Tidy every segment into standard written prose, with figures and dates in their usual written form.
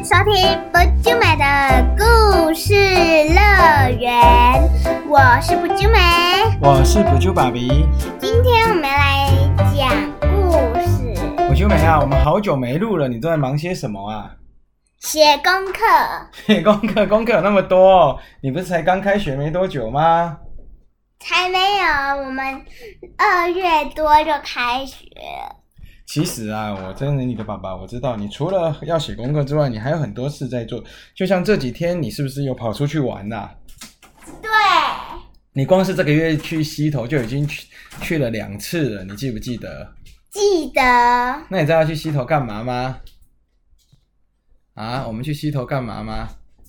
收听不就美的故事乐园，我是不就美， 我是不就爸比。 今天我们来讲故事。 不就美啊，我们好久没录了，你都在忙些什么啊？ 写功课。 写功课有那么多哦，你不是才刚开学没多久吗？ 才没有，我们2月多就开学了。 其实啊，我真的你的爸爸，我知道你除了要写功课之外，你还有很多事在做。就像这几天，你是不是有跑出去玩啊？ 对。 你光是这个月去溪头就已经去了2次了，你记不记得？ 记得。 那你知道去溪头干嘛吗？啊，我们去溪头干嘛吗？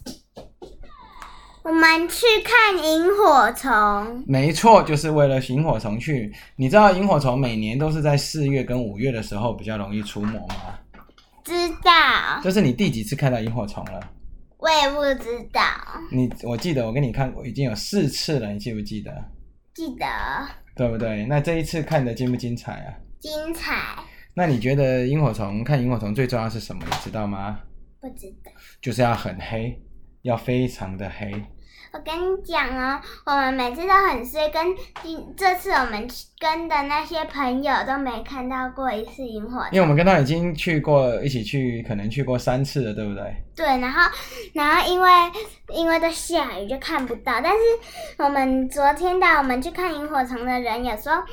我们去看萤火虫。 没错，就是为了萤火虫去。你知道萤火虫每年都是在4月跟5月的时候比较容易出没吗？ 知道。 这是你第几次看到萤火虫了？ 我也不知道。 我记得我跟你看过已经有4次了，你记不记得？ 记得。 对不对？那这一次看的精不精彩啊？ 精彩。 那你觉得看萤火虫最重要是什么？你知道吗？ 不知道。 就是要很黑，要非常的黑。 我跟你讲哦，我们每次都很衰，这次我们跟的那些朋友都没看到过一次萤火虫。 因为我们跟他已经一起去，可能去过3次了，对不对？ 对，然后因为都下雨就看不到，但是我们昨天带我们去看萤火虫的人有说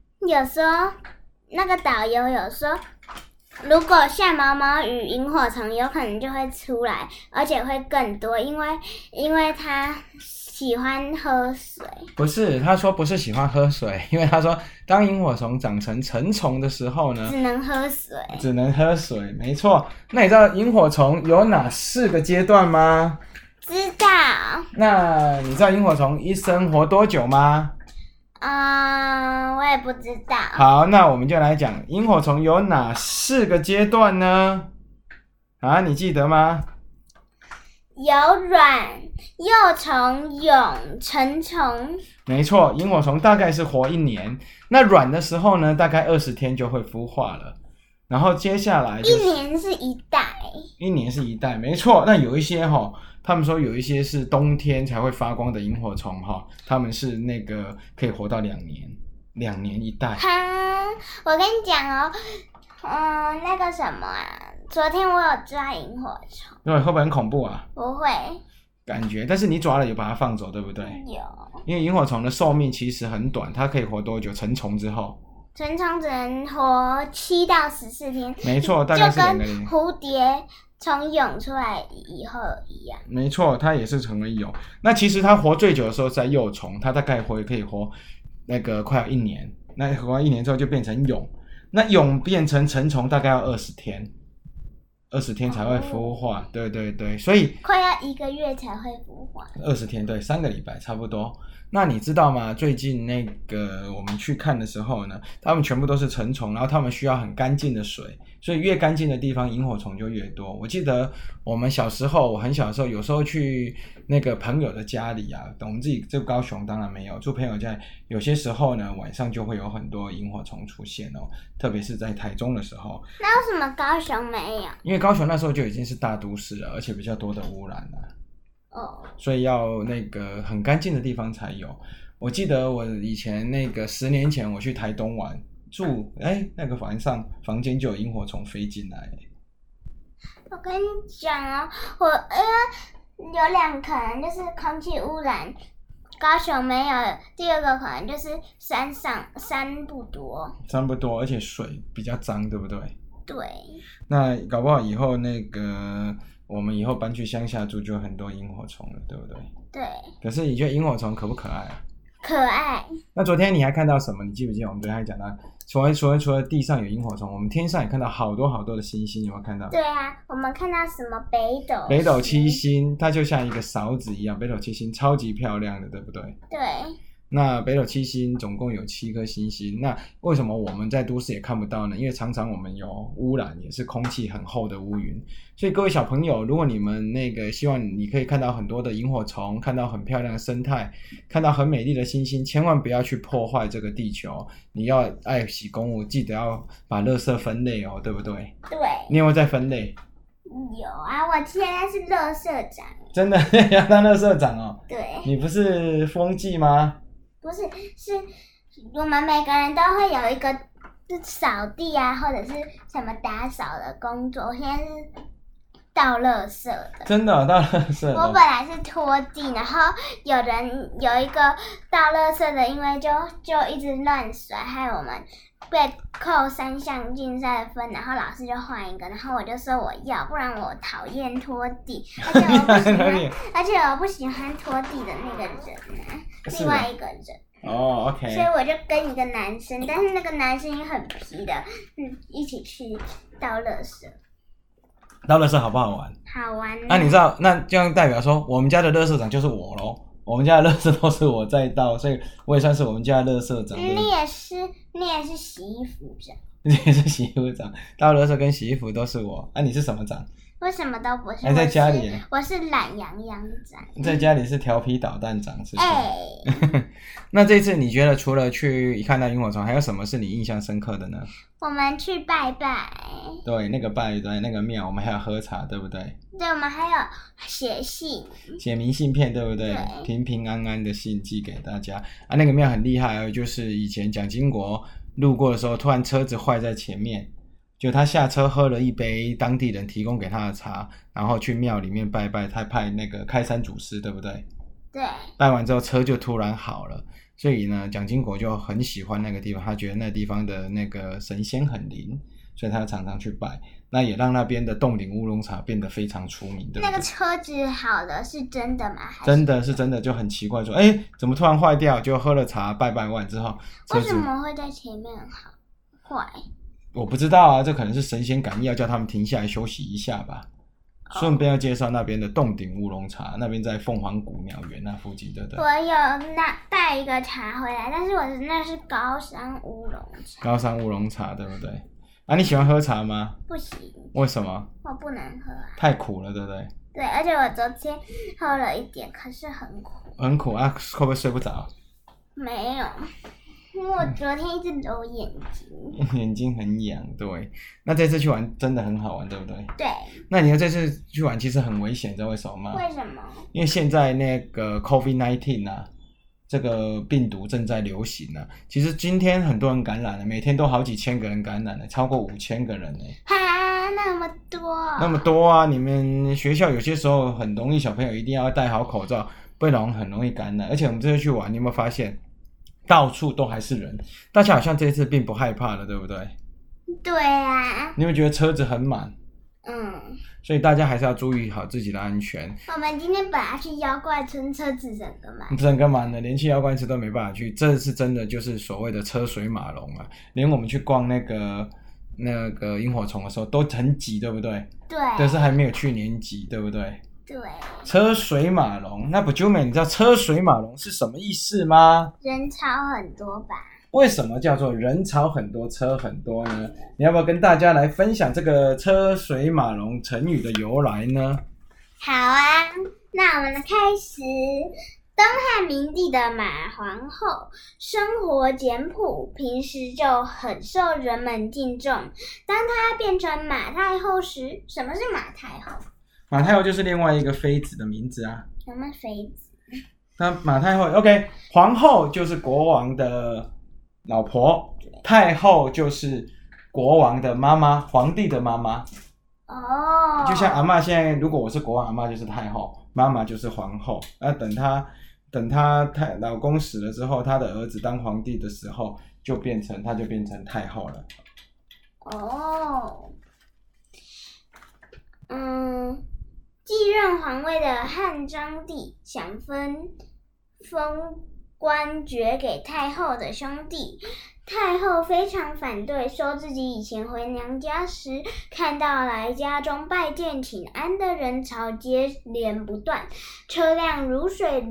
那个导游有说，如果下毛毛雨，萤火虫有可能就会出来，而且会更多，因为它喜欢喝水。 不是，他说不是喜欢喝水，因为他说当萤火虫长成成虫的时候呢， 只能喝水。 只能喝水，没错。那你知道萤火虫有哪4个阶段吗？ 知道。 那你知道萤火虫一生活多久吗？ 我也不知道。 好，那我们就来讲萤火虫有哪4个阶段呢？啊，你记得吗？ 有卵、幼虫、蛹、成虫。 没错，萤火虫大概是活1年。那卵的时候呢，大概20天就会孵化了。然后接下来就是 1年是一代。 1年是一代，没错。那有一些他们说有一些是冬天才会发光的萤火虫他们是那个可以活到2年，2年一代。 我跟你讲哦，那个什么啊，昨天我有抓萤火虫。 对，会不会很恐怖啊？ 不会。 感觉，但是你抓了有把它放走，对不对？ 有。因为萤火虫的寿命其实很短，它可以活多久？成虫之后， 成虫只能活7到14天。 没错，大概是2个就跟蝴蝶从蛹出来以后一样。 没错，它也是成为蛹。那其实它活最久的时候在幼虫，它大概可以活那个快要1年。那活完1年之后就变成蛹，那蛹变成成虫大概要20天，20天才会孵化。对对对，所以快要1个月才会孵化。 20天，对，3个礼拜差不多。那你知道吗？最近那个我们去看的时候呢，他们全部都是成虫，然后他们需要很干净的水，所以越干净的地方萤火虫就越多。我记得我们我很小的时候，有时候去那个朋友的家里啊，我们自己住高雄当然没有，住朋友家，有些时候呢晚上就会有很多萤火虫出现哦，特别是在台中的时候。 那为什么高雄没有？ 因为高雄那时候就已经是大都市了，而且比较多的污染了。所以要那个很干净的地方才有。我记得我以前那个10年前我去台东玩住，那个晚上房间就有萤火虫飞进来。 我跟你讲因为有2可能就是空气污染，高雄没有，第2个可能就是山不多， 而且水比较脏，对不对？ 对。 那搞不好以后我们以后搬去乡下住，就有很多萤火虫了，对不对？ 对。 可是你觉得萤火虫可不可爱啊？ 可爱。 那昨天你还看到什么？你记不记得我们昨天还讲到，除了地上有萤火虫，我们天上也看到好多好多的星星，有没有看到？ 对啊，我们看到什么北斗七星，它就像一个勺子一样，北斗七星超级漂亮的，对不对？ 对。 那北斗七星总共有7颗星星，那为什么我们在都市也看不到呢？因为常常我们有污染，也是空气很厚的乌云。所以各位小朋友，如果你们希望你可以看到很多的萤火虫，看到很漂亮的生态，看到很美丽的星星，千万不要去破坏这个地球，你要爱惜公物，记得要把垃圾分类哦，对不对？ 对。 你有没有在分类？ 有啊，我现在是垃圾长。 真的要当垃圾长哦？ 对， 你不是风纪吗？ 不是，是我们每个人都会有一个扫地啊，或者是什么打扫的工作。我现在是倒垃圾的。 真的倒垃圾的？ 我本来是拖地，然后有一个倒垃圾的，因为就一直乱甩，害我们被扣3项竞赛分，然后老师就换一个，然后我就说我要，不然我讨厌拖地，而且我不喜欢拖地的那个人另外一个人。 哦 ，OK。 所以我就跟一个男生，但是那个男生也很皮的，一起去倒垃圾。 倒垃圾好不好玩？ 好玩。 那你知道，那这样代表说，我们家的垃圾长就是我咯。我们家的垃圾都是我在倒，所以我也算是我们家的垃圾长。 你也是洗衣服长。 你也是洗衣服长，倒垃圾跟洗衣服都是我。你是什么长？ 我什么都不是。 在家里我是懒洋洋长。 在家里是调皮捣蛋长，是不是？那这次你觉得除了去看到萤火虫，还有什么是你印象深刻的呢？ 我们去拜拜。 对，那个拜对那个庙，我们还有喝茶，对不对？ 对，我们还有写信， 写明信片，对不对？平平安安的信寄给大家啊。那个庙很厉害哦，就是以前蒋经国路过的时候，突然车子坏在前面，就他下车喝了一杯当地人提供给他的茶，然后去庙里面拜拜，他派那个开山祖师，对不对？ 对。 拜完之后车就突然好了，所以呢，蒋经国就很喜欢那个地方，他觉得那地方的那个神仙很灵，所以他常常去拜，那也让那边的冻顶乌龙茶变得非常出名，对不对？ 那个车子好的是真的吗？ 真的是真的，就很奇怪说，怎么突然坏掉？就喝了茶拜拜完之后， 为什么会在前面好坏？ 我不知道啊，这可能是神仙感应，要叫他们停下来休息一下吧。顺便要介绍那边的冻顶乌龙茶，那边在凤凰谷鸟园那附近，对不对？ 我有带一个茶回来，但是那是高山乌龙茶。 高山乌龙茶，对不对？你喜欢喝茶吗？ 不行。 为什么？ 我不能喝啊。 太苦了，对不对？ 对，而且我昨天喝了一点，可是很苦。 很苦啊？会不会睡不着？ 没有。因为我昨天一直揉眼睛， 眼睛很痒，对。那这次去玩真的很好玩，对不对？ 对。 那你要这次去玩其实很危险，知道为什么吗？ 为什么？ 因为现在那个 COVID-19 啊，这个病毒正在流行啊。其实今天很多人感染了，每天都好几千个人感染了，超过5000个人呢。 哈，那么多？ 那么多啊！你们学校有些时候很容易，小朋友一定要戴好口罩，不然很容易感染。而且我们这次去玩，你有没有发现？到处都还是人，大家好像这一次并不害怕了，对不对？ 对啊。 你有没有觉得车子很满？所以大家还是要注意好自己的安全。 我们今天本来去妖怪村，车子整个满了，连去妖怪村都没办法去。这是真的就是所谓的车水马龙啊！连我们去逛那个萤火虫的时候都很挤，对不对？ 对。 但是还没有去年挤，对不对？ 对。 车水马龙，那不就美？你知道车水马龙是什么意思吗？ 人潮很多吧？ 为什么叫做人潮很多车很多呢？你要不要跟大家来分享这个车水马龙成语的由来呢？ 好啊，那我们开始。东汉明帝的马皇后生活简朴，平时就很受人们敬重。当她变成马太后时，什么是马太后？ 马太后就是另外一个妃子的名字啊。 什么妃子？ 那马太后 OK， 皇后就是国王的老婆，太后就是国王的妈妈，皇帝的妈妈。 哦。 就像阿嬷现在，如果我是国王，阿嬷就是太后，妈妈就是皇后。那等她老公死了之后，她的儿子当皇帝的时候，她就变成太后了。 哦。继任皇位的汉章帝想封官爵给太后的兄弟，太后非常反对，说自己以前回娘家时看到来家中拜见请安的人潮接连不断，车辆如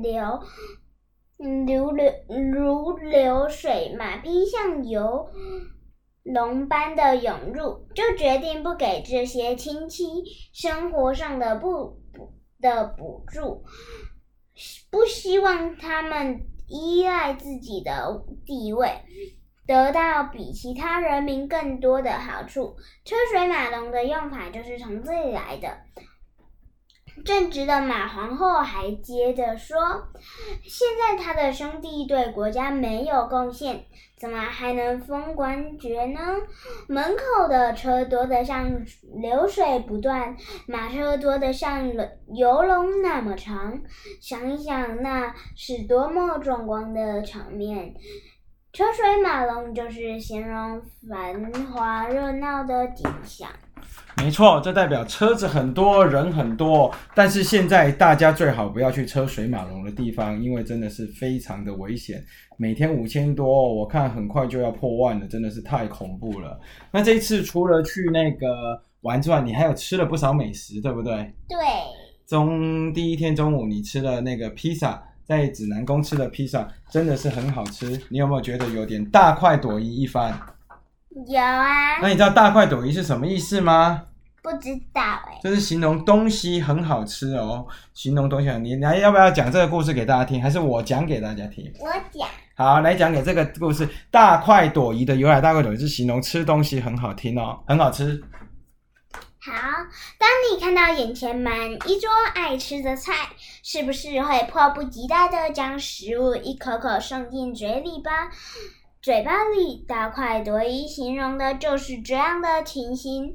流水，马匹像游龙般的涌入，就决定不给这些亲戚生活上的补助，不希望他们依赖自己的地位。 得到比其他人民更多的好处。车水马龙的用法就是从这里来的。正直的马皇后还接着说，现在他的兄弟对国家没有贡献，怎么还能封官爵呢？门口的车多得像流水不断，马车多得像游龙那么长，想一想，那是多么壮观的场面。车水马龙就是形容繁华热闹的景象。 没错，这代表车子很多，人很多，但是现在大家最好不要去车水马龙的地方，因为真的是非常的危险。每天5000多，我看很快就要破万了，真的是太恐怖了。那这一次除了去那个玩之外，你还有吃了不少美食，对不对？ 对。 第一天中午你吃了那个披萨，在指南宫吃的披萨真的是很好吃，你有没有觉得有点大快朵颐一番？ 有啊。 那你知道大快朵颐是什么意思吗？ 不知道就是形容东西很好吃哦，形容东西你来要不要讲这个故事给大家听，还是我讲给大家听？ 我讲。 好，来讲给这个故事。大快朵颐的由来，大快朵颐是形容吃东西很好听哦，很好吃。 好，当你看到眼前满一桌爱吃的菜，是不是会迫不及待地将食物一口口送进嘴里吧？嘴巴里大快朵颐形容的就是这样的情景。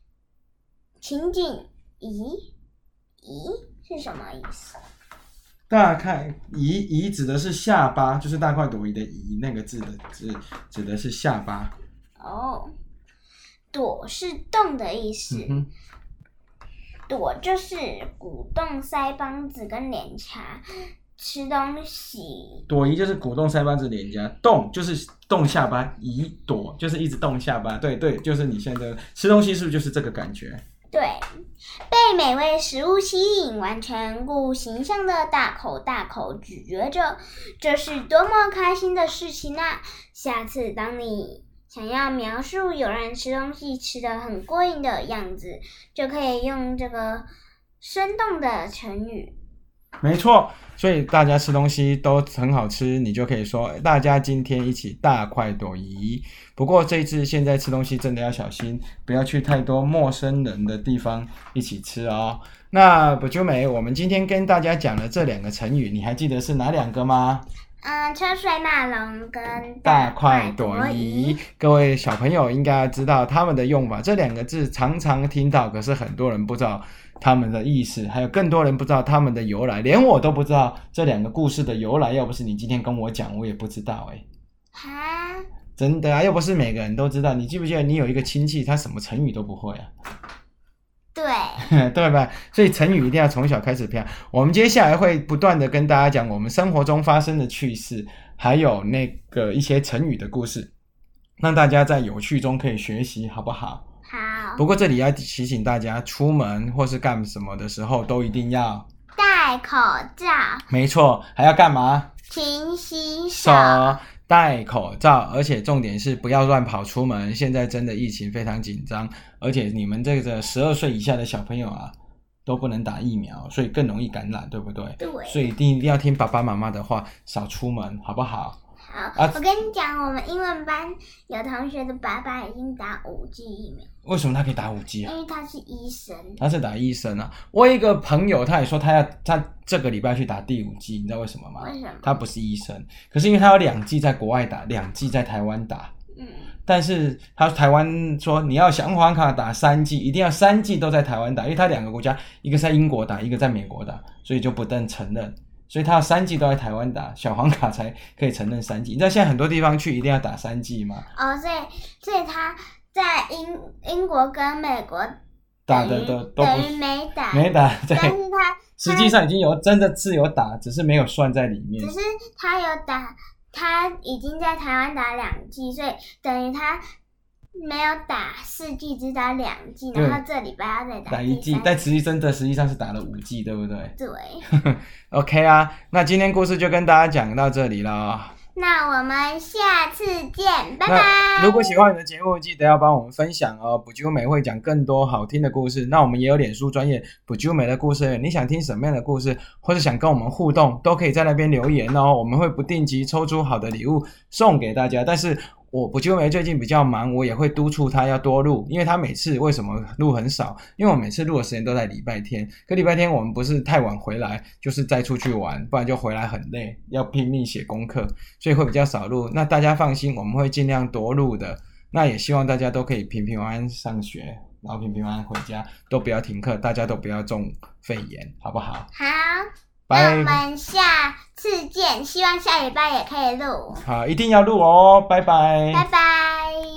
颐是什么意思？ 大快颐指的是下巴，就是大快朵颐的颐那个字的字指的是下巴。 哦，朵是动的意思。朵就是鼓动腮帮子跟脸颊吃东西。 朵颐就是鼓动腮帮子脸颊，动就是动下巴，颐朵就是一直动下巴。对对，就是你现在吃东西是不是就是这个感觉？ 对，被美味食物吸引，完全顾形象的大口大口咀嚼着，这是多么开心的事情啊！下次当你想要描述有人吃东西吃得很过瘾的样子，就可以用这个生动的成语。 没错，所以大家吃东西都很好吃，你就可以说大家今天一起大快朵颐。不过这一次现在吃东西真的要小心，不要去太多陌生人的地方一起吃哦。那不就美，我们今天跟大家讲了这2个成语，你还记得是哪2个吗？ 车水马龙跟大快朵颐。各位小朋友应该知道他们的用法，这2个字常常听到，可是很多人不知道他们的意思，还有更多人不知道他们的由来，连我都不知道这2个故事的由来，要不是你今天跟我讲，我也不知道真的啊，又不是每个人都知道。你记不记得你有一个亲戚，他什么成语都不会啊？ 对对吧？所以成语一定要从小开始培养。我们接下来会不断的跟大家讲我们生活中发生的趣事，还有那个一些成语的故事，让大家在有趣中可以学习，好不好？ 好。 不过这里要提醒大家，出门或是干什么的时候都一定要戴口罩。 没错，还要干嘛？ 勤洗手。 戴口罩，而且重点是不要乱跑出门。现在真的疫情非常紧张，而且你们这个12岁以下的小朋友啊，都不能打疫苗，所以更容易感染，对不对？ 对。 所以一定要听爸爸妈妈的话，少出门，好不好？ 好，我跟你讲，我们英文班有同学的爸爸已经打5剂疫苗。 为什么他可以打5剂啊？ 因为他是医生。 他是打医生啊。我有一个朋友，他也说他这个礼拜去打第5剂，你知道为什么吗？ 为什么？ 他不是医生，可是因为他有2剂在国外打，2剂在台湾打。但是他台湾说你要小黄卡打3剂，一定要3剂都在台湾打，因为他2个国家，一个在英国打，一个在美国打，所以就不能承认。所以他要3剂都在台湾打，小黄卡才可以承认3剂。你知道现在很多地方去一定要打3剂吗？ 所以他在英国跟美国打的都等于没打， 对。 但是他实际上已经真的是有打，只是没有算在里面。 只是他有打，他已经在台湾打2剂，所以等于他没有打4剂，只打2剂，然后这礼拜要再打 1剂，但实际上是打了5剂，对不对？ 对。 OK 啊，那今天故事就跟大家讲到这里了。 那我们下次见，拜拜。 如果喜欢你的节目，记得要帮我们分享哦。补救美会讲更多好听的故事，那我们也有脸书专页补救美的故事，你想听什么样的故事，或者想跟我们互动，都可以在那边留言哦。我们会不定期抽出好的礼物送给大家，但是我补救梅最近比较忙，我也会督促他要多录，因为他每次为什么录很少？因为我每次录的时间都在礼拜天，可礼拜天我们不是太晚回来，就是再出去玩，不然就回来很累，要拼命写功课，所以会比较少录。那大家放心，我们会尽量多录的。那也希望大家都可以平平安安上学，然后平平安安回家，都不要停课，大家都不要中肺炎，好不好？ 好， 拜那我们下次见，希望下礼拜也可以录。 好，一定要录哦，拜拜。 拜拜。